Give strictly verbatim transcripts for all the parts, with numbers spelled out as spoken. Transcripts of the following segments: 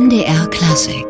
M D R Klassik.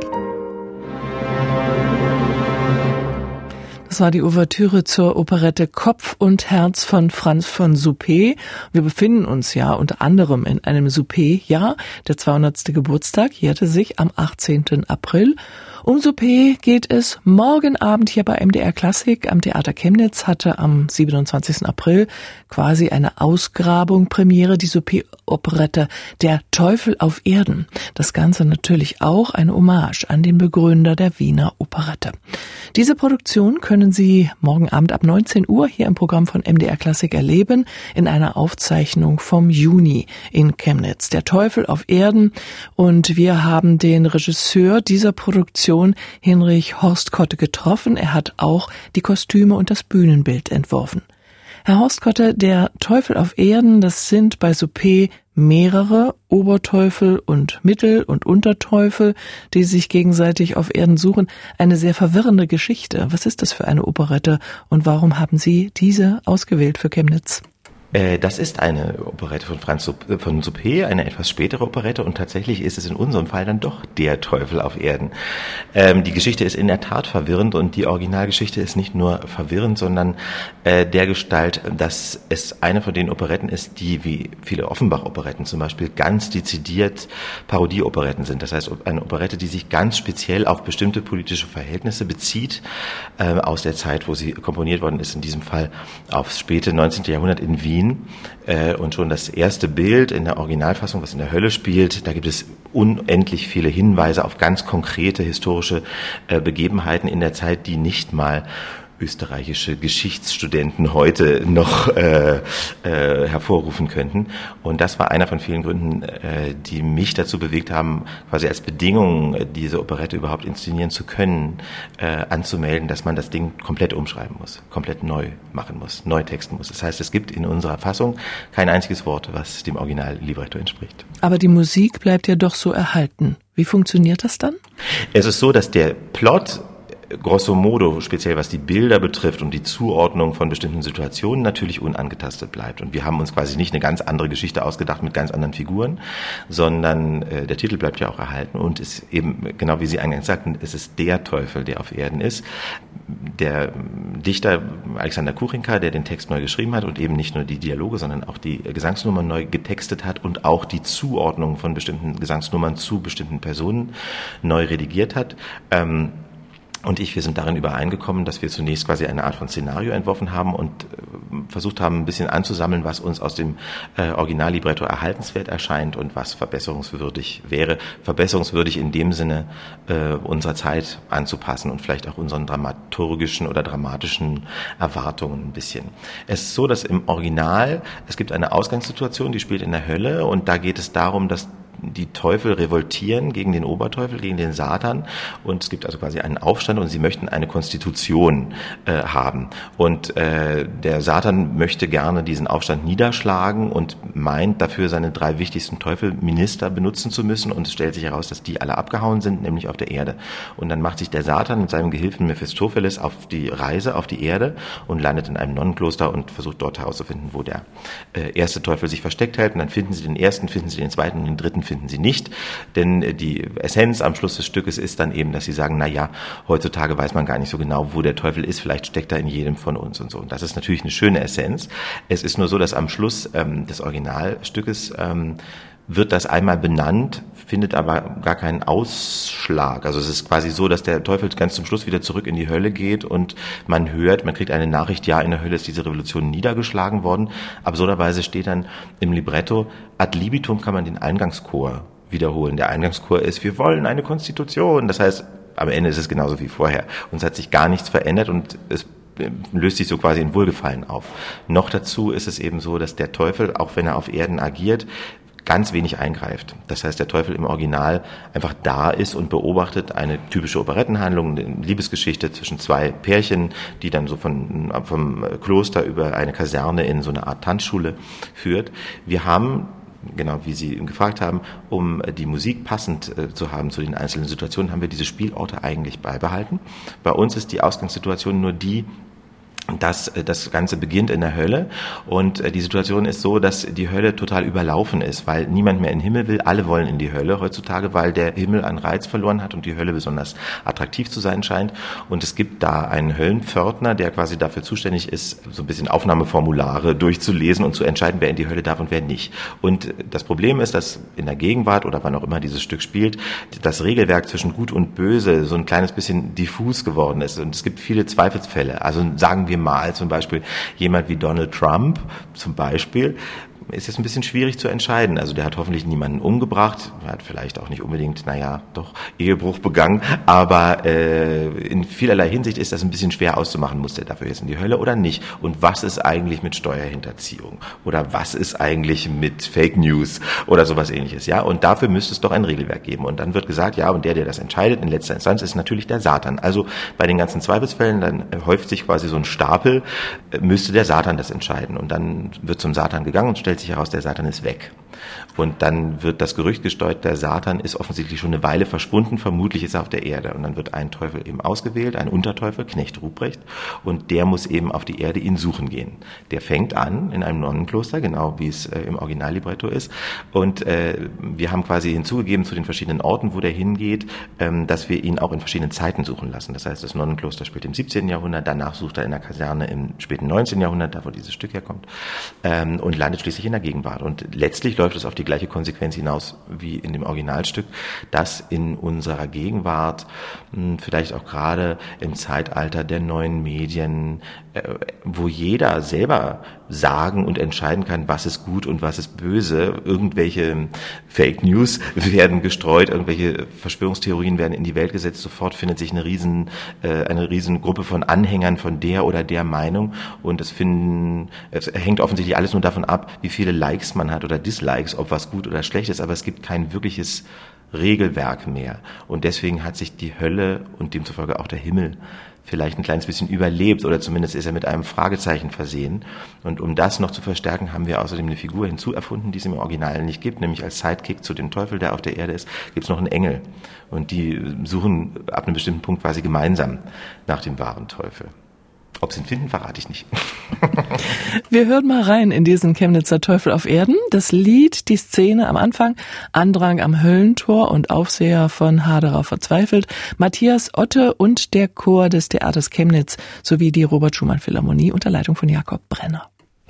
Das war die Ouvertüre zur Operette Kopf und Herz von Franz von Suppé. Wir befinden uns ja unter anderem in einem Suppé-Jahr. Der zweihundertste Geburtstag jährte sich am achtzehnten April. Um Suppé geht es morgen Abend hier bei M D R Klassik. Am Theater Chemnitz hatte am siebenundzwanzigsten April quasi eine Ausgrabung Premiere, die Suppé-Operette Der Teufel auf Erden. Das Ganze natürlich auch eine Hommage an den Begründer der Wiener Operette. Diese Produktion können Sie morgen Abend ab neunzehn Uhr hier im Programm von M D R Klassik erleben, in einer Aufzeichnung vom Juni in Chemnitz. Der Teufel auf Erden. Und wir haben den Regisseur dieser Produktion, Hinrich Horstkotte, getroffen. Er hat auch die Kostüme und das Bühnenbild entworfen. Herr Horstkotte, der Teufel auf Erden, das sind bei Suppé mehrere Oberteufel und Mittel- und Unterteufel, die sich gegenseitig auf Erden suchen. Eine sehr verwirrende Geschichte. Was ist das für eine Operette und warum haben Sie diese ausgewählt für Chemnitz? Das ist eine Operette von Franz Supp, von Suppé, eine etwas spätere Operette, und tatsächlich ist es in unserem Fall dann doch Der Teufel auf Erden. Ähm, die Geschichte ist in der Tat verwirrend, und die Originalgeschichte ist nicht nur verwirrend, sondern äh, dergestalt, dass es eine von den Operetten ist, die wie viele Offenbach-Operetten zum Beispiel ganz dezidiert Parodie-Operetten sind. Das heißt, eine Operette, die sich ganz speziell auf bestimmte politische Verhältnisse bezieht, äh, aus der Zeit, wo sie komponiert worden ist, in diesem Fall aufs späte neunzehnte Jahrhundert in Wien. Und schon das erste Bild in der Originalfassung, was in der Hölle spielt, da gibt es unendlich viele Hinweise auf ganz konkrete historische Begebenheiten in der Zeit, die nicht mal österreichische Geschichtsstudenten heute noch äh, äh, hervorrufen könnten. Und das war einer von vielen Gründen, äh, die mich dazu bewegt haben, quasi als Bedingung, diese Operette überhaupt inszenieren zu können, äh, anzumelden, dass man das Ding komplett umschreiben muss, komplett neu machen muss, neu texten muss. Das heißt, es gibt in unserer Fassung kein einziges Wort, was dem Original-Libretto entspricht. Aber die Musik bleibt ja doch so erhalten. Wie funktioniert das dann? Es ist so, dass der Plot grosso modo, speziell was die Bilder betrifft und die Zuordnung von bestimmten Situationen, natürlich unangetastet bleibt. Und wir haben uns quasi nicht eine ganz andere Geschichte ausgedacht mit ganz anderen Figuren, sondern äh, der Titel bleibt ja auch erhalten und ist eben, genau wie Sie eingangs sagten, es ist der Teufel, der auf Erden ist. Der Dichter Alexander Kuchinka, der den Text neu geschrieben hat und eben nicht nur die Dialoge, sondern auch die Gesangsnummern neu getextet hat und auch die Zuordnung von bestimmten Gesangsnummern zu bestimmten Personen neu redigiert hat, ähm, und ich, wir sind darin übereingekommen, dass wir zunächst quasi eine Art von Szenario entworfen haben und äh, versucht haben, ein bisschen anzusammeln, was uns aus dem äh, Originallibretto erhaltenswert erscheint und was verbesserungswürdig wäre. Verbesserungswürdig in dem Sinne, äh, unserer Zeit anzupassen und vielleicht auch unseren dramaturgischen oder dramatischen Erwartungen ein bisschen. Es ist so, dass im Original, es gibt eine Ausgangssituation, die spielt in der Hölle, und da geht es darum, dass die Teufel revoltieren gegen den Oberteufel, gegen den Satan, und es gibt also quasi einen Aufstand und sie möchten eine Konstitution äh, haben. Und äh, der Satan möchte gerne diesen Aufstand niederschlagen und meint dafür seine drei wichtigsten Teufelminister benutzen zu müssen, und es stellt sich heraus, dass die alle abgehauen sind, nämlich auf der Erde. Und dann macht sich der Satan mit seinem Gehilfen Mephistopheles auf die Reise auf die Erde und landet in einem Nonnenkloster und versucht dort herauszufinden, wo der äh, erste Teufel sich versteckt hält. Und dann finden sie den ersten, finden sie den zweiten und den dritten finden sie nicht, denn die Essenz am Schluss des Stückes ist dann eben, dass sie sagen, na ja, heutzutage weiß man gar nicht so genau, wo der Teufel ist, vielleicht steckt er in jedem von uns und so. Und das ist natürlich eine schöne Essenz. Es ist nur so, dass am Schluss ähm, des Originalstückes ähm, wird das einmal benannt, findet aber gar keinen Ausschlag. Also es ist quasi so, dass der Teufel ganz zum Schluss wieder zurück in die Hölle geht und man hört, man kriegt eine Nachricht, ja, in der Hölle ist diese Revolution niedergeschlagen worden. Absurderweise steht dann im Libretto, ad libitum kann man den Eingangschor wiederholen. Der Eingangschor ist, wir wollen eine Konstitution. Das heißt, am Ende ist es genauso wie vorher. Und es hat sich gar nichts verändert und es löst sich so quasi in Wohlgefallen auf. Noch dazu ist es eben so, dass der Teufel, auch wenn er auf Erden agiert, ganz wenig eingreift. Das heißt, der Teufel im Original einfach da ist und beobachtet eine typische Operettenhandlung, eine Liebesgeschichte zwischen zwei Pärchen, die dann so von, vom Kloster über eine Kaserne in so eine Art Tanzschule führt. Wir haben, genau wie Sie gefragt haben, um die Musik passend äh, zu haben zu den einzelnen Situationen, haben wir diese Spielorte eigentlich beibehalten. Bei uns ist die Ausgangssituation nur die, Das, das Ganze beginnt in der Hölle und die Situation ist so, dass die Hölle total überlaufen ist, weil niemand mehr in den Himmel will. Alle wollen in die Hölle heutzutage, weil der Himmel einen Reiz verloren hat und die Hölle besonders attraktiv zu sein scheint. Und es gibt da einen Höllenpförtner, der quasi dafür zuständig ist, so ein bisschen Aufnahmeformulare durchzulesen und zu entscheiden, wer in die Hölle darf und wer nicht. Und das Problem ist, dass in der Gegenwart oder wann auch immer dieses Stück spielt, das Regelwerk zwischen Gut und Böse so ein kleines bisschen diffus geworden ist. Und es gibt viele Zweifelsfälle. Also sagen wir mal zum Beispiel jemand wie Donald Trump zum Beispiel, ist jetzt ein bisschen schwierig zu entscheiden. Also der hat hoffentlich niemanden umgebracht, hat vielleicht auch nicht unbedingt, naja, doch Ehebruch begangen, aber äh, in vielerlei Hinsicht ist das ein bisschen schwer auszumachen, muss der dafür jetzt in die Hölle oder nicht? Und was ist eigentlich mit Steuerhinterziehung? Oder was ist eigentlich mit Fake News oder sowas ähnliches? Ja, und dafür müsste es doch ein Regelwerk geben. Und dann wird gesagt, ja, und der, der das entscheidet in letzter Instanz, ist natürlich der Satan. Also bei den ganzen Zweifelsfällen, dann häuft sich quasi so ein Stapel, müsste der Satan das entscheiden. Und dann wird zum Satan gegangen und stellt sich heraus, der Satan ist weg. Und dann wird das Gerücht gestreut, der Satan ist offensichtlich schon eine Weile verschwunden, vermutlich ist er auf der Erde. Und dann wird ein Teufel eben ausgewählt, ein Unterteufel, Knecht Ruprecht, und der muss eben auf die Erde ihn suchen gehen. Der fängt an in einem Nonnenkloster, genau wie es äh, im Originallibretto ist. Und äh, wir haben quasi hinzugegeben zu den verschiedenen Orten, wo der hingeht, ähm, dass wir ihn auch in verschiedenen Zeiten suchen lassen. Das heißt, das Nonnenkloster spielt im siebzehnten Jahrhundert, danach sucht er in der Kaserne im späten neunzehnten Jahrhundert, da wo dieses Stück herkommt, ähm, und landet schließlich in der Gegenwart. Und letztlich läuft es auf die gleiche Konsequenz hinaus wie in dem Originalstück, dass in unserer Gegenwart, vielleicht auch gerade im Zeitalter der neuen Medien, wo jeder selber sagen und entscheiden kann, was ist gut und was ist böse, irgendwelche Fake News werden gestreut, irgendwelche Verschwörungstheorien werden in die Welt gesetzt, sofort findet sich eine riesen, eine riesen Gruppe von Anhängern von der oder der Meinung, und es finden, es hängt offensichtlich alles nur davon ab, wie viele Likes man hat oder Dislikes, ob was gut oder schlecht ist, aber es gibt kein wirkliches Regelwerk mehr. Und deswegen hat sich die Hölle und demzufolge auch der Himmel vielleicht ein kleines bisschen überlebt, oder zumindest ist er mit einem Fragezeichen versehen. Und um das noch zu verstärken, haben wir außerdem eine Figur hinzuerfunden, die es im Original nicht gibt, nämlich als Sidekick zu dem Teufel, der auf der Erde ist, gibt es noch einen Engel. Und die suchen ab einem bestimmten Punkt quasi gemeinsam nach dem wahren Teufel. Ob sie ihn finden, verrate ich nicht. Wir hören mal rein in diesen Chemnitzer Teufel auf Erden. Das Lied, die Szene am Anfang, Andrang am Höllentor und Aufseher von Haderer verzweifelt, Matthias Otte und der Chor des Theaters Chemnitz sowie die Robert Schumann Philharmonie unter Leitung von Jakob Brenner.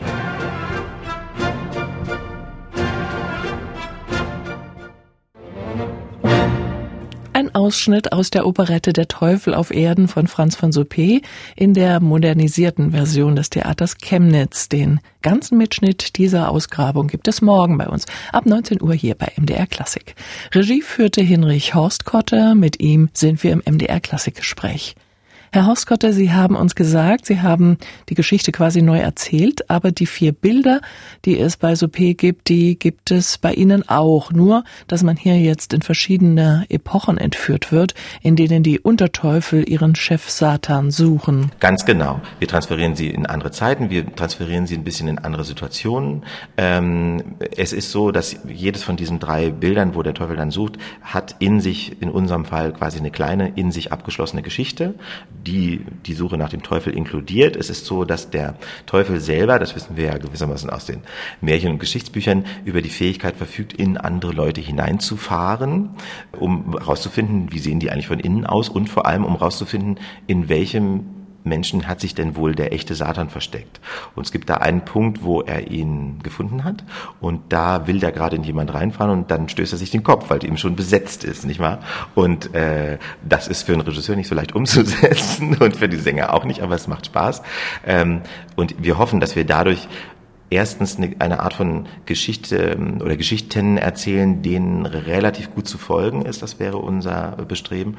Ein Ausschnitt aus der Operette Der Teufel auf Erden von Franz von Suppé in der modernisierten Version des Theaters Chemnitz. Den ganzen Mitschnitt dieser Ausgrabung gibt es morgen bei uns ab neunzehn Uhr hier bei M D R Klassik. Regie führte Hinrich Horstkotter, mit ihm sind wir im M D R Klassikgespräch. Herr Horstkotter, Sie haben uns gesagt, Sie haben die Geschichte quasi neu erzählt, aber die vier Bilder, die es bei Suppé gibt, die gibt es bei Ihnen auch. Nur, dass man hier jetzt in verschiedene Epochen entführt wird, in denen die Unterteufel ihren Chef Satan suchen. Ganz genau. Wir transferieren sie in andere Zeiten, wir transferieren sie ein bisschen in andere Situationen. Ähm, es ist so, dass jedes von diesen drei Bildern, wo der Teufel dann sucht, hat in sich, in unserem Fall quasi eine kleine, in sich abgeschlossene Geschichte, die die Suche nach dem Teufel inkludiert. Es ist so, dass der Teufel selber, das wissen wir ja gewissermaßen aus den Märchen- und Geschichtsbüchern, über die Fähigkeit verfügt, in andere Leute hineinzufahren, um herauszufinden, wie sehen die eigentlich von innen aus, und vor allem, um herauszufinden, in welchem Menschen hat sich denn wohl der echte Satan versteckt. Und es gibt da einen Punkt, wo er ihn gefunden hat, und da will da gerade in jemand reinfahren, und dann stößt er sich den Kopf, weil ihm schon besetzt ist, nicht wahr? Und äh, das ist für einen Regisseur nicht so leicht umzusetzen und für die Sänger auch nicht, aber es macht Spaß. Ähm, und wir hoffen, dass wir dadurch erstens eine, eine Art von Geschichte oder Geschichten erzählen, denen relativ gut zu folgen ist. Das wäre unser Bestreben.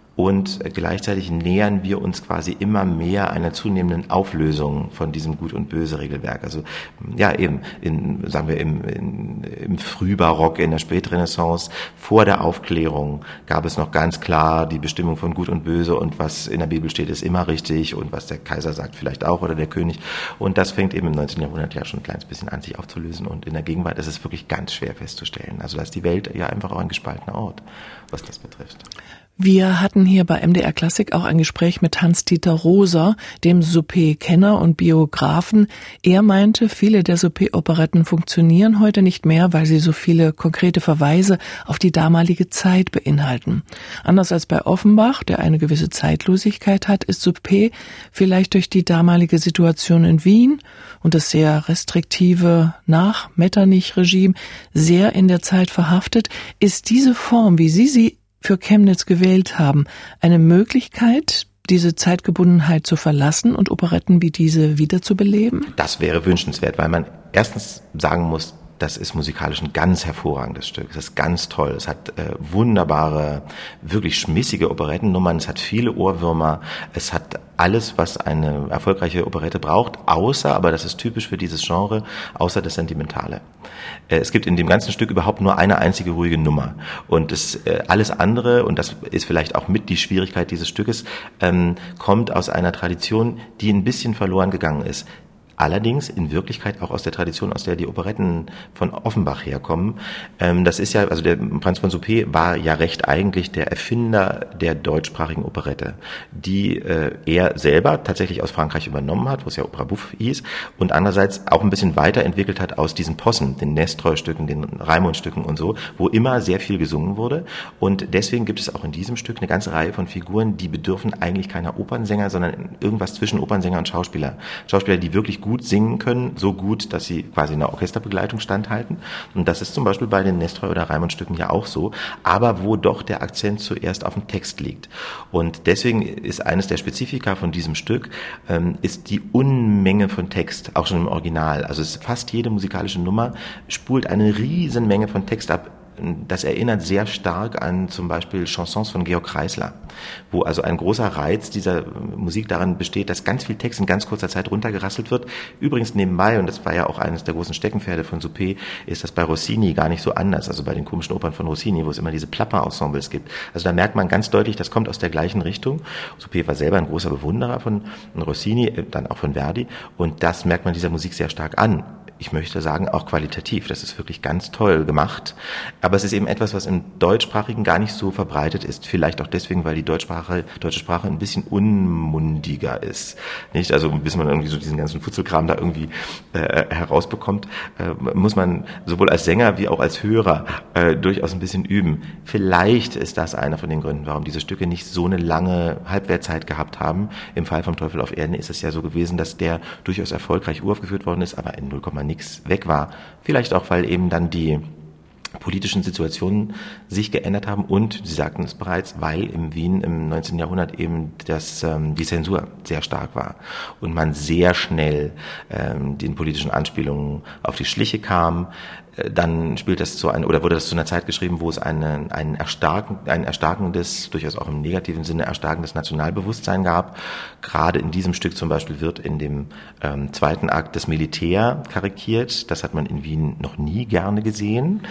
Und gleichzeitig nähern wir uns quasi immer mehr einer zunehmenden Auflösung von diesem Gut- und Böse-Regelwerk. Also ja, eben, in, sagen wir, im, in, im Frühbarock, in der Spätrenaissance, vor der Aufklärung gab es noch ganz klar die Bestimmung von Gut und Böse, und was in der Bibel steht, ist immer richtig, und was der Kaiser sagt vielleicht auch, oder der König. Und das fängt eben im neunzehnten Jahrhundert ja schon ein kleines bisschen an, sich aufzulösen. Und in der Gegenwart ist es wirklich ganz schwer festzustellen. Also da ist die Welt ja einfach auch ein gespaltener Ort, was das betrifft. Wir hatten hier bei M D R Klassik auch ein Gespräch mit Hans-Dieter Roser, dem Suppé-Kenner und Biografen. Er meinte, viele der Suppé-Operetten funktionieren heute nicht mehr, weil sie so viele konkrete Verweise auf die damalige Zeit beinhalten. Anders als bei Offenbach, der eine gewisse Zeitlosigkeit hat, ist Suppé vielleicht durch die damalige Situation in Wien und das sehr restriktive Nach-Metternich-Regime sehr in der Zeit verhaftet. Ist diese Form, wie Sie sie für Chemnitz gewählt haben, eine Möglichkeit, diese Zeitgebundenheit zu verlassen und Operetten wie diese wiederzubeleben? Das wäre wünschenswert, weil man erstens sagen muss, das ist musikalisch ein ganz hervorragendes Stück. Es ist ganz toll. Es hat äh, wunderbare, wirklich schmissige Operettennummern. Es hat viele Ohrwürmer. Es hat alles, was eine erfolgreiche Operette braucht, außer, aber das ist typisch für dieses Genre, außer das Sentimentale. Äh, es gibt in dem ganzen Stück überhaupt nur eine einzige ruhige Nummer. Und es, äh, alles andere, und das ist vielleicht auch mit die Schwierigkeit dieses Stückes, ähm, kommt aus einer Tradition, die ein bisschen verloren gegangen ist. Allerdings in Wirklichkeit auch aus der Tradition, aus der die Operetten von Offenbach herkommen. Das ist ja, also der Franz von Suppé war ja recht eigentlich der Erfinder der deutschsprachigen Operette, die er selber tatsächlich aus Frankreich übernommen hat, wo es ja Opera Bouffe hieß, und andererseits auch ein bisschen weiterentwickelt hat aus diesen Possen, den Nestroy-Stücken, den Raimund-Stücken und so, wo immer sehr viel gesungen wurde. Und deswegen gibt es auch in diesem Stück eine ganze Reihe von Figuren, die bedürfen eigentlich keiner Opernsänger, sondern irgendwas zwischen Opernsänger und Schauspieler. Schauspieler, die wirklich gut gut singen können, so gut, dass sie quasi in der Orchesterbegleitung standhalten. Und das ist zum Beispiel bei den Nestroy- oder Raimund-Stücken ja auch so, aber wo doch der Akzent zuerst auf dem Text liegt. Und deswegen ist eines der Spezifika von diesem Stück, ähm, ist die Unmenge von Text, auch schon im Original. Also es ist fast jede musikalische Nummer spult eine riesen Menge von Text ab. Das erinnert sehr stark an zum Beispiel Chansons von Georg Kreisler, wo also ein großer Reiz dieser Musik darin besteht, dass ganz viel Text in ganz kurzer Zeit runtergerasselt wird. Übrigens nebenbei, und das war ja auch eines der großen Steckenpferde von Suppé, ist das bei Rossini gar nicht so anders, also bei den komischen Opern von Rossini, wo es immer diese Plapper-Ensembles gibt. Also da merkt man ganz deutlich, das kommt aus der gleichen Richtung. Suppé war selber ein großer Bewunderer von Rossini, dann auch von Verdi, und das merkt man dieser Musik sehr stark an. Ich möchte sagen, auch qualitativ. Das ist wirklich ganz toll gemacht. Aber es ist eben etwas, was im Deutschsprachigen gar nicht so verbreitet ist. Vielleicht auch deswegen, weil die Deutschsprache, deutsche Sprache ein bisschen unmundiger ist. Nicht? Also bis man irgendwie so diesen ganzen Futzelkram da irgendwie äh, herausbekommt, äh, muss man sowohl als Sänger wie auch als Hörer äh, durchaus ein bisschen üben. Vielleicht ist das einer von den Gründen, warum diese Stücke nicht so eine lange Halbwertzeit gehabt haben. Im Fall vom Teufel auf Erden ist es ja so gewesen, dass der durchaus erfolgreich uraufgeführt worden ist, aber in null Komma nichts weg war. Vielleicht auch, weil eben dann die politischen Situationen sich geändert haben und, Sie sagten es bereits, weil in Wien im neunzehnten Jahrhundert eben das, ähm, die Zensur sehr stark war und man sehr schnell ähm, den politischen Anspielungen auf die Schliche kam. Dann spielt das zu ein, oder wurde das zu einer Zeit geschrieben, wo es eine, ein, Erstarken, ein erstarkendes, durchaus auch im negativen Sinne erstarkendes Nationalbewusstsein gab. Gerade in diesem Stück zum Beispiel wird in dem ähm, zweiten Akt das Militär karikiert. Das hat man in Wien noch nie gerne gesehen,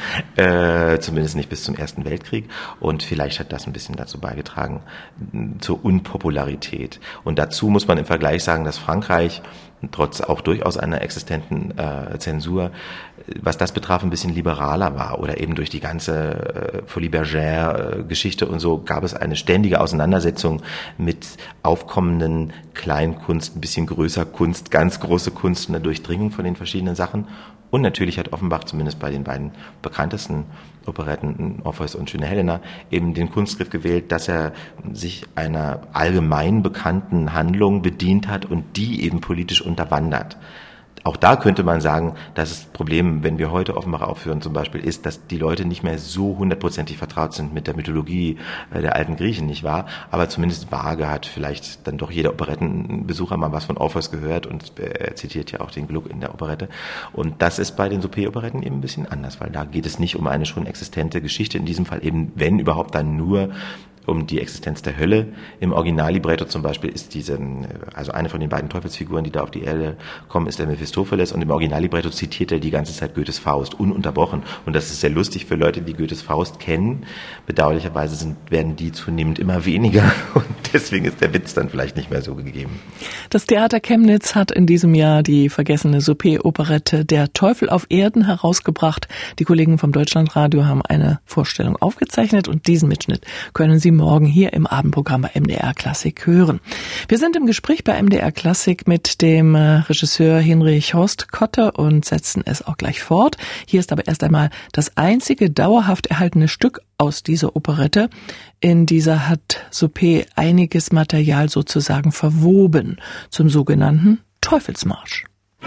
äh, zumindest nicht bis zum Ersten Weltkrieg. Und vielleicht hat das ein bisschen dazu beigetragen, zur Unpopularität. Und dazu muss man im Vergleich sagen, dass Frankreich trotz auch durchaus einer existenten äh, Zensur, was das betraf, ein bisschen liberaler war, oder eben durch die ganze äh, Folie Bergère äh, Geschichte und so gab es eine ständige Auseinandersetzung mit aufkommenden Kleinkunst, ein bisschen größer Kunst, ganz große Kunst, eine Durchdringung von den verschiedenen Sachen. Und natürlich hat Offenbach, zumindest bei den beiden bekanntesten Operetten, Orpheus und Schöne Helena, eben den Kunstgriff gewählt, dass er sich einer allgemein bekannten Handlung bedient hat und die eben politisch unterwandert. Auch da könnte man sagen, dass das Problem, wenn wir heute Offenbach aufführen zum Beispiel, ist, dass die Leute nicht mehr so hundertprozentig vertraut sind mit der Mythologie der alten Griechen, nicht wahr? Aber zumindest vage hat vielleicht dann doch jeder Operettenbesucher mal was von Orpheus gehört und er zitiert ja auch den Gluck in der Operette. Und das ist bei den Suppé-Operetten eben ein bisschen anders, weil da geht es nicht um eine schon existente Geschichte, in diesem Fall eben, wenn überhaupt, dann nur um die Existenz der Hölle. Im Originallibretto zum Beispiel ist diese, also eine von den beiden Teufelsfiguren, die da auf die Erde kommen, ist der Mephistopheles, und im Originallibretto zitiert er die ganze Zeit Goethes Faust, ununterbrochen. Und das ist sehr lustig für Leute, die Goethes Faust kennen. Bedauerlicherweise sind, werden die zunehmend immer weniger und deswegen ist der Witz dann vielleicht nicht mehr so gegeben. Das Theater Chemnitz hat in diesem Jahr die vergessene Suppé-Operette Der Teufel auf Erden herausgebracht. Die Kollegen vom Deutschlandradio haben eine Vorstellung aufgezeichnet und diesen Mitschnitt können Sie Morgen hier im Abendprogramm bei M D R Klassik hören. Wir sind im Gespräch bei M D R Klassik mit dem Regisseur Hinrich Horst Kotte und setzen es auch gleich fort. Hier ist aber erst einmal das einzige dauerhaft erhaltene Stück aus dieser Operette. In dieser hat Suppé einiges Material sozusagen verwoben zum sogenannten Teufelsmarsch.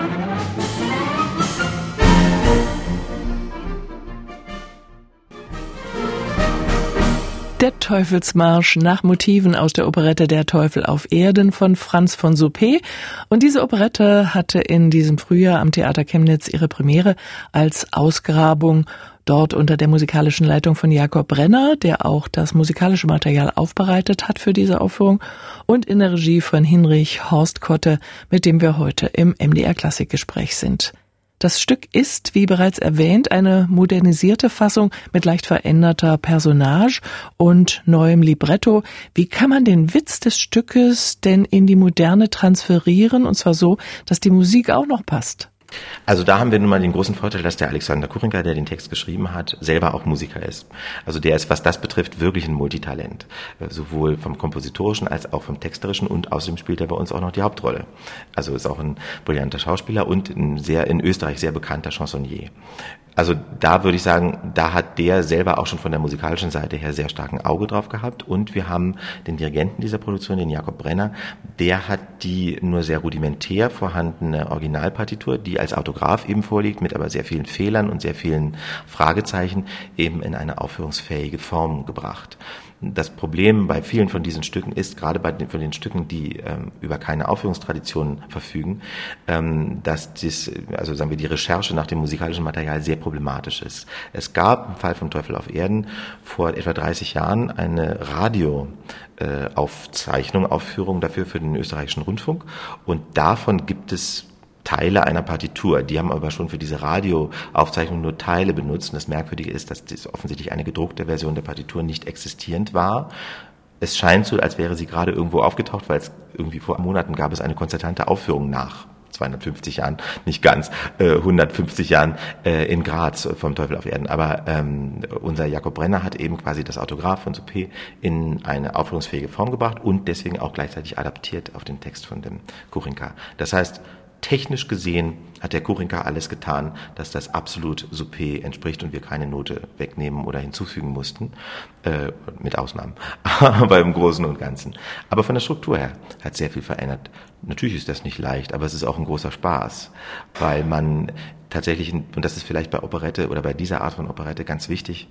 Der Teufelsmarsch nach Motiven aus der Operette Der Teufel auf Erden von Franz von Suppé. Und diese Operette hatte in diesem Frühjahr am Theater Chemnitz ihre Premiere als Ausgrabung, dort unter der musikalischen Leitung von Jakob Brenner, der auch das musikalische Material aufbereitet hat für diese Aufführung, und in der Regie von Hinrich Horst Kotte, mit dem wir heute im M D R Klassikgespräch sind. Das Stück ist, wie bereits erwähnt, eine modernisierte Fassung mit leicht veränderter Personage und neuem Libretto. Wie kann man den Witz des Stückes denn in die Moderne transferieren, und zwar so, dass die Musik auch noch passt? Also da haben wir nun mal den großen Vorteil, dass der Alexander Kuchenka, der den Text geschrieben hat, selber auch Musiker ist. Also der ist, was das betrifft, wirklich ein Multitalent. Sowohl vom Kompositorischen als auch vom Texterischen, und außerdem spielt er bei uns auch noch die Hauptrolle. Also ist auch ein brillanter Schauspieler und ein sehr, in Österreich sehr bekannter Chansonnier. Also da würde ich sagen, da hat der selber auch schon von der musikalischen Seite her sehr starken Auge drauf gehabt, und wir haben den Dirigenten dieser Produktion, den Jakob Brenner, der hat die nur sehr rudimentär vorhandene Originalpartitur, die als Autograph eben vorliegt, mit aber sehr vielen Fehlern und sehr vielen Fragezeichen, eben in eine aufführungsfähige Form gebracht. Das Problem bei vielen von diesen Stücken ist, gerade bei den, von den Stücken, die ähm, über keine Aufführungstradition verfügen, ähm, dass das, also sagen wir, die Recherche nach dem musikalischen Material sehr problematisch ist. Es gab im Fall von Teufel auf Erden vor etwa dreißig Jahren eine Radio-Aufzeichnung, äh, Aufführung dafür für den österreichischen Rundfunk, und davon gibt es Teile einer Partitur. Die haben aber schon für diese Radioaufzeichnung nur Teile benutzt. Und das Merkwürdige ist, dass das offensichtlich eine gedruckte Version der Partitur nicht existierend war. Es scheint so, als wäre sie gerade irgendwo aufgetaucht, weil es irgendwie vor Monaten gab es eine konzertante Aufführung nach zweihundertfünfzig Jahren, nicht ganz, äh, hundertfünfzig Jahren äh, in Graz vom Teufel auf Erden. Aber ähm, unser Jakob Brenner hat eben quasi das Autograph von Suppé in eine aufführungsfähige Form gebracht und deswegen auch gleichzeitig adaptiert auf den Text von dem Kuchenka. Das heißt, technisch gesehen hat der Kuchenka alles getan, dass das absolut Suppé entspricht und wir keine Note wegnehmen oder hinzufügen mussten, äh, mit Ausnahmen, aber im Großen und Ganzen. Aber von der Struktur her hat sehr viel verändert. Natürlich ist das nicht leicht, aber es ist auch ein großer Spaß, weil man tatsächlich, und das ist vielleicht bei Operette oder bei dieser Art von Operette ganz wichtig,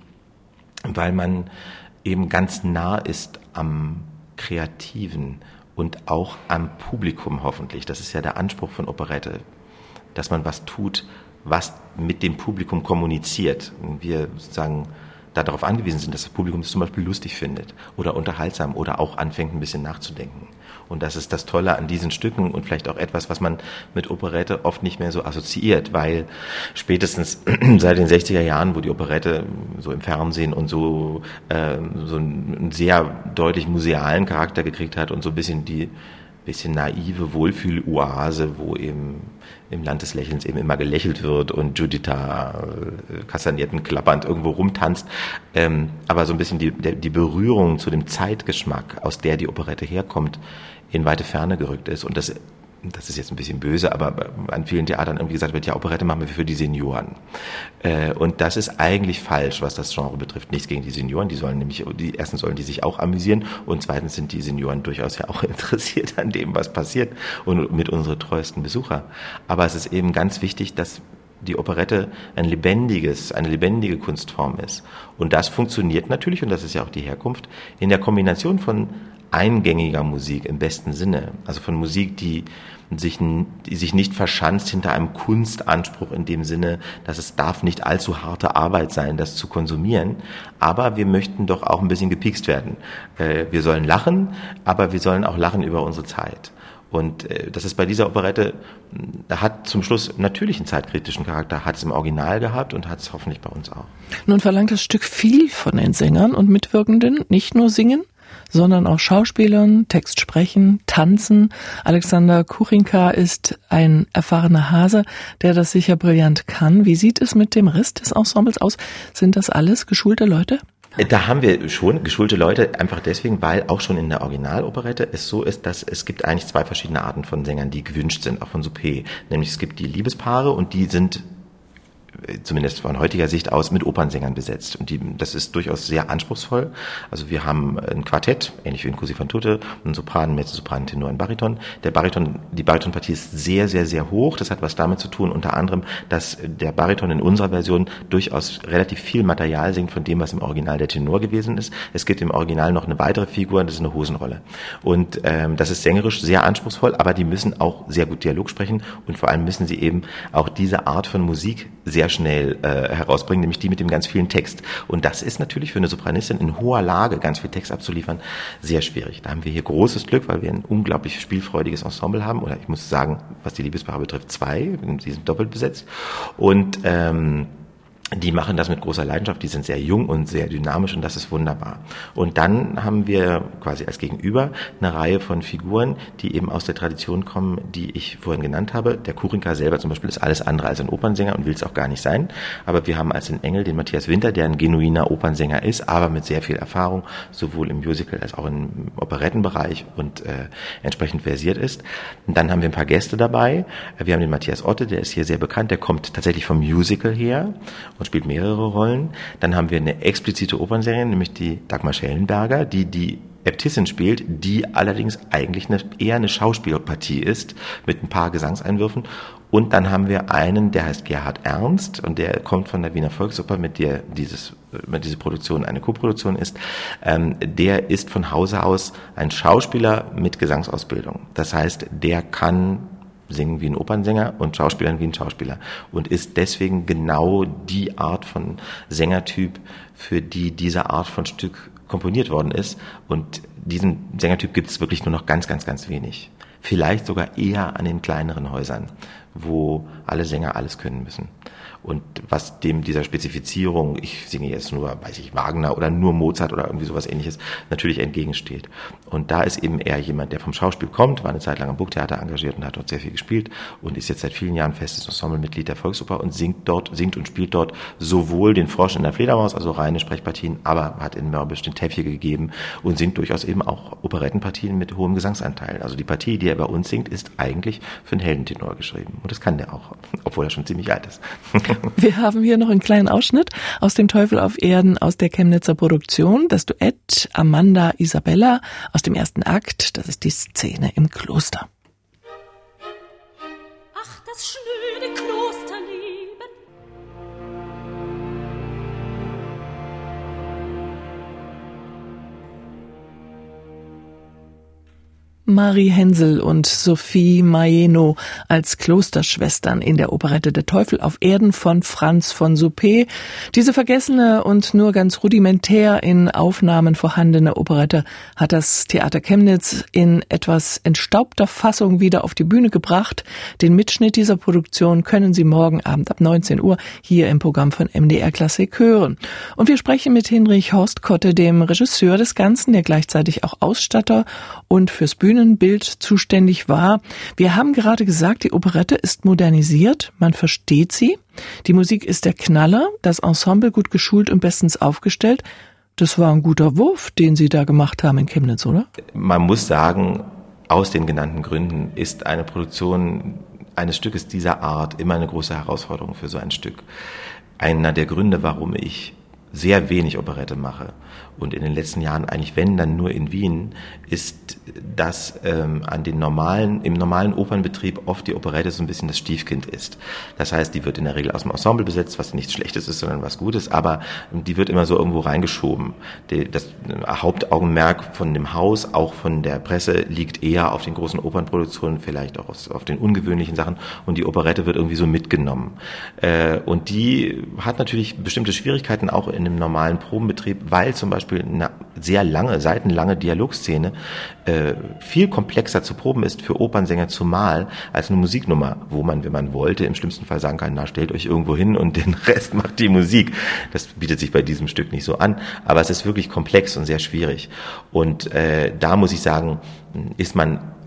weil man eben ganz nah ist am Kreativen und auch am Publikum hoffentlich. Das ist ja der Anspruch von Operette, dass man was tut, was mit dem Publikum kommuniziert. Und wir sozusagen da darauf angewiesen sind, dass das Publikum es zum Beispiel lustig findet oder unterhaltsam oder auch anfängt, ein bisschen nachzudenken. Und das ist das Tolle an diesen Stücken und vielleicht auch etwas, was man mit Operette oft nicht mehr so assoziiert, weil spätestens seit den sechziger Jahren, wo die Operette so im Fernsehen und so, äh, so einen sehr deutlich musealen Charakter gekriegt hat und so ein bisschen die bisschen naive Wohlfühl-Oase, wo eben im Land des Lächelns eben immer gelächelt wird und Giuditta äh, Kastagnetten klappernd irgendwo rumtanzt. Ähm, aber so ein bisschen die, der, die Berührung zu dem Zeitgeschmack, aus der die Operette herkommt, in weite Ferne gerückt ist. Und das, das ist jetzt ein bisschen böse, aber an vielen Theatern irgendwie gesagt wird, ja, Operette machen wir für die Senioren. Äh, und das ist eigentlich falsch, was das Genre betrifft. Nichts gegen die Senioren, die sollen nämlich, die, erstens sollen die sich auch amüsieren und zweitens sind die Senioren durchaus ja auch interessiert an dem, was passiert und mit unseren treuesten Besucher. Aber es ist eben ganz wichtig, dass die Operette ein lebendiges, eine lebendige Kunstform ist. Und das funktioniert natürlich, und das ist ja auch die Herkunft, in der Kombination von eingängiger Musik im besten Sinne, also von Musik, die sich, die sich nicht verschanzt hinter einem Kunstanspruch in dem Sinne, dass es darf nicht allzu harte Arbeit sein, das zu konsumieren, aber wir möchten doch auch ein bisschen gepikst werden. Wir sollen lachen, aber wir sollen auch lachen über unsere Zeit. Und das ist bei dieser Operette, hat zum Schluss natürlich einen zeitkritischen Charakter, hat es im Original gehabt und hat es hoffentlich bei uns auch. Nun verlangt das Stück viel von den Sängern und Mitwirkenden, nicht nur singen, sondern auch Schauspielern, Text sprechen, tanzen. Alexander Kuchenka ist ein erfahrener Hase, der das sicher brillant kann. Wie sieht es mit dem Rest des Ensembles aus? Sind das alles geschulte Leute? Da haben wir schon geschulte Leute, einfach deswegen, weil auch schon in der Originaloperette es so ist, dass es gibt eigentlich zwei verschiedene Arten von Sängern, die gewünscht sind, auch von Suppé. Nämlich es gibt die Liebespaare und die sind zumindest von heutiger Sicht aus mit Opernsängern besetzt. Und die, das ist durchaus sehr anspruchsvoll. Also wir haben ein Quartett, ähnlich wie in Così fan tutte, einen Sopran, Mezzosopran, Tenor, ein Bariton. Der Bariton, die Baritonpartie ist sehr, sehr, sehr hoch. Das hat was damit zu tun, unter anderem, dass der Bariton in unserer Version durchaus relativ viel Material singt von dem, was im Original der Tenor gewesen ist. Es gibt im Original noch eine weitere Figur, das ist eine Hosenrolle. Und ähm, das ist sängerisch sehr anspruchsvoll, aber die müssen auch sehr gut Dialog sprechen und vor allem müssen sie eben auch diese Art von Musik sehr schnell äh, herausbringen, nämlich die mit dem ganz vielen Text. Und das ist natürlich für eine Sopranistin in hoher Lage, ganz viel Text abzuliefern, sehr schwierig. Da haben wir hier großes Glück, weil wir ein unglaublich spielfreudiges Ensemble haben. Oder ich muss sagen, was die Liebespaare betrifft, zwei. Sie sind doppelt besetzt. Und ähm, die machen das mit großer Leidenschaft, die sind sehr jung und sehr dynamisch und das ist wunderbar. Und dann haben wir quasi als Gegenüber eine Reihe von Figuren, die eben aus der Tradition kommen, die ich vorhin genannt habe. Der Kurinka selber zum Beispiel ist alles andere als ein Opernsänger und will es auch gar nicht sein. Aber wir haben als den Engel den Matthias Winter, der ein genuiner Opernsänger ist, aber mit sehr viel Erfahrung, sowohl im Musical als auch im Operettenbereich und äh, entsprechend versiert ist. Und dann haben wir ein paar Gäste dabei. Wir haben den Matthias Otte, der ist hier sehr bekannt, der kommt tatsächlich vom Musical her und spielt mehrere Rollen. Dann haben wir eine explizite Opernsängerin, nämlich die Dagmar Schellenberger, die die Äbtissin spielt, die allerdings eigentlich eine, eher eine Schauspielpartie ist, mit ein paar Gesangseinwürfen. Und dann haben wir einen, der heißt Gerhard Ernst und der kommt von der Wiener Volksoper, mit der dieses, mit diese Produktion eine Koproduktion ist. Ähm, der ist von Hause aus ein Schauspieler mit Gesangsausbildung. Das heißt, der kann singen wie ein Opernsänger und Schauspielern wie ein Schauspieler und ist deswegen genau die Art von Sängertyp, für die diese Art von Stück komponiert worden ist. Und diesen Sängertyp gibt es wirklich nur noch ganz, ganz, ganz wenig. Vielleicht sogar eher an den kleineren Häusern, wo alle Sänger alles können müssen. Und was dem dieser Spezifizierung, ich singe jetzt nur, weiß ich, Wagner oder nur Mozart oder irgendwie sowas Ähnliches, natürlich entgegensteht. Und da ist eben eher jemand, der vom Schauspiel kommt, war eine Zeit lang am Burgtheater engagiert und hat dort sehr viel gespielt und ist jetzt seit vielen Jahren festes Ensemblemitglied der Volksoper und singt dort, singt und spielt dort sowohl den Frosch in der Fledermaus, also reine Sprechpartien, aber hat in Mörbisch den Täffje gegeben und singt durchaus eben auch Operettenpartien mit hohem Gesangsanteil. Also die Partie, die er bei uns singt, ist eigentlich für einen Heldentenor geschrieben. Und das kann der auch, obwohl er schon ziemlich alt ist. Wir haben hier noch einen kleinen Ausschnitt aus dem Teufel auf Erden aus der Chemnitzer Produktion. Das Duett Amanda Isabella aus dem ersten Akt. Das ist die Szene im Kloster. Ach, das schnöde Klosterleben. Marie Hensel und Sophie Maeno als Klosterschwestern in der Operette Der Teufel auf Erden von Franz von Suppé. Diese vergessene und nur ganz rudimentär in Aufnahmen vorhandene Operette hat das Theater Chemnitz in etwas entstaubter Fassung wieder auf die Bühne gebracht. Den Mitschnitt dieser Produktion können Sie morgen Abend ab neunzehn Uhr hier im Programm von M D R Klassik hören. Und wir sprechen mit Hinrich Horstkotte, dem Regisseur des Ganzen, der gleichzeitig auch Ausstatter und fürs Bühnen Bild zuständig war. Wir haben gerade gesagt, die Operette ist modernisiert, man versteht sie. Die Musik ist der Knaller, das Ensemble gut geschult und bestens aufgestellt. Das war ein guter Wurf, den Sie da gemacht haben in Chemnitz, oder? Man muss sagen, aus den genannten Gründen ist eine Produktion eines Stückes dieser Art immer eine große Herausforderung für so ein Stück. Einer der Gründe, warum ich sehr wenig Operette mache und in den letzten Jahren eigentlich, wenn, dann nur in Wien, ist, dass ähm, an den normalen, im normalen Opernbetrieb oft die Operette so ein bisschen das Stiefkind ist. Das heißt, die wird in der Regel aus dem Ensemble besetzt, was nichts Schlechtes ist, sondern was Gutes, aber die wird immer so irgendwo reingeschoben. Die, das Hauptaugenmerk von dem Haus, auch von der Presse, liegt eher auf den großen Opernproduktionen, vielleicht auch auf den ungewöhnlichen Sachen, und die Operette wird irgendwie so mitgenommen. Äh, und die hat natürlich bestimmte Schwierigkeiten auch in einem normalen Probenbetrieb, weil zum Beispiel eine sehr lange, seitenlange Dialogszene äh, viel komplexer zu proben ist für Opernsänger zumal als eine Musiknummer, wo man, wenn man wollte, im schlimmsten Fall sagen kann, na, stellt euch irgendwo hin und den Rest macht die Musik. Das bietet sich bei diesem Stück nicht so an, aber es ist wirklich komplex und sehr schwierig. Und äh, da muss ich sagen, ist man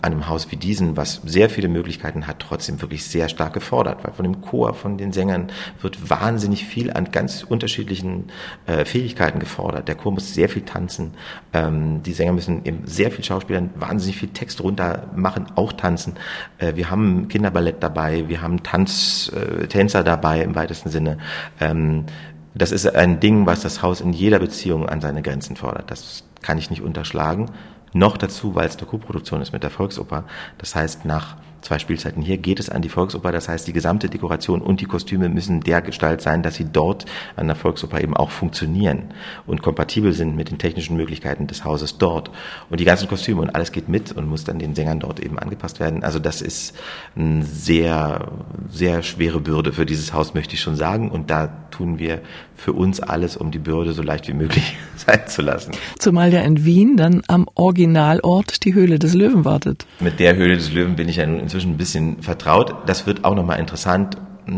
einem Haus wie diesem, was sehr viele Möglichkeiten hat, trotzdem wirklich sehr stark gefordert, weil von dem Chor, von den Sängern wird wahnsinnig viel an ganz unterschiedlichen äh, Fähigkeiten gefordert. Der Chor muss sehr viel tanzen, ähm, die Sänger müssen eben sehr viel schauspielern, wahnsinnig viel Text runter machen, auch tanzen. Äh, wir haben Kinderballett dabei, wir haben Tanz, äh, Tänzer dabei im weitesten Sinne. Ähm, das ist ein Ding, was das Haus in jeder Beziehung an seine Grenzen fordert. Das kann ich nicht unterschlagen. Noch dazu, weil es eine Koproduktion ist mit der Volksoper. Das heißt, nach zwei Spielzeiten hier geht es an die Volksoper. Das heißt, die gesamte Dekoration und die Kostüme müssen der Gestalt sein, dass sie dort an der Volksoper eben auch funktionieren und kompatibel sind mit den technischen Möglichkeiten des Hauses dort. Und die ganzen Kostüme und alles geht mit und muss dann den Sängern dort eben angepasst werden. Also das ist eine sehr, sehr schwere Bürde für dieses Haus, möchte ich schon sagen. Und da tun wir für uns alles, um die Bürde so leicht wie möglich sein zu lassen. Zumal ja in Wien dann am Originalort die Höhle des Löwen wartet. Mit der Höhle des Löwen bin ich ja nun inzwischen ein bisschen vertraut. Das wird auch nochmal interessant,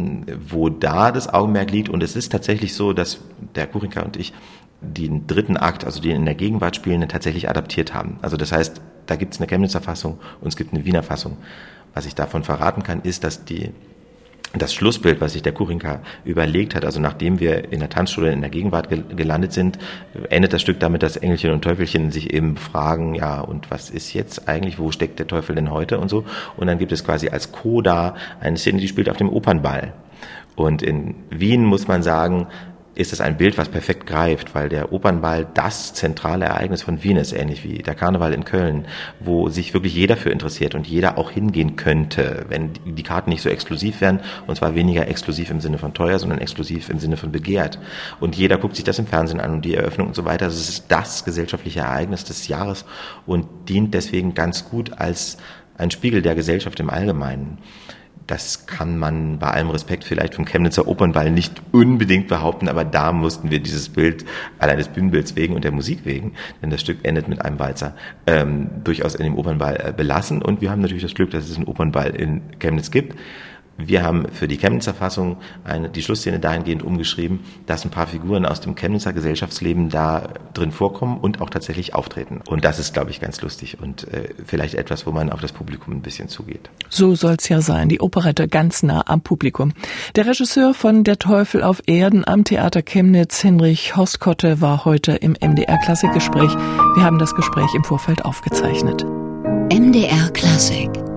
wo da das Augenmerk liegt. Und es ist tatsächlich so, dass der Kuchenka und ich den dritten Akt, also den in der Gegenwart spielenden, tatsächlich adaptiert haben. Also das heißt, da gibt es eine Chemnitzer Fassung und es gibt eine Wiener Fassung. Was ich davon verraten kann, ist, dass die das Schlussbild, was sich der Kuchenka überlegt hat, also nachdem wir in der Tanzschule in der Gegenwart gelandet sind, endet das Stück damit, dass Engelchen und Teufelchen sich eben fragen, ja, und was ist jetzt eigentlich, wo steckt der Teufel denn heute und so. Und dann gibt es quasi als Coda eine Szene, die spielt auf dem Opernball. Und in Wien muss man sagen, ist es ein Bild, was perfekt greift, weil der Opernball das zentrale Ereignis von Wien ist, ähnlich wie der Karneval in Köln, wo sich wirklich jeder für interessiert und jeder auch hingehen könnte, wenn die Karten nicht so exklusiv wären, und zwar weniger exklusiv im Sinne von teuer, sondern exklusiv im Sinne von begehrt. Und jeder guckt sich das im Fernsehen an und die Eröffnung und so weiter. Das ist das gesellschaftliche Ereignis des Jahres und dient deswegen ganz gut als ein Spiegel der Gesellschaft im Allgemeinen. Das kann man bei allem Respekt vielleicht vom Chemnitzer Opernball nicht unbedingt behaupten, aber da mussten wir dieses Bild allein des Bühnenbilds wegen und der Musik wegen, denn das Stück endet mit einem Walzer, ähm, durchaus in dem Opernball äh, belassen. Und wir haben natürlich das Glück, dass es einen Opernball in Chemnitz gibt. Wir haben für die Chemnitzer Fassung eine, die Schlussszene dahingehend umgeschrieben, dass ein paar Figuren aus dem Chemnitzer Gesellschaftsleben da drin vorkommen und auch tatsächlich auftreten. Und das ist, glaube ich, ganz lustig und äh, vielleicht etwas, wo man auf das Publikum ein bisschen zugeht. So soll's ja sein, die Operette ganz nah am Publikum. Der Regisseur von Der Teufel auf Erden am Theater Chemnitz, Hinrich Horstkotte, war heute im M D R Klassikgespräch. Wir haben das Gespräch im Vorfeld aufgezeichnet. M D R Klassik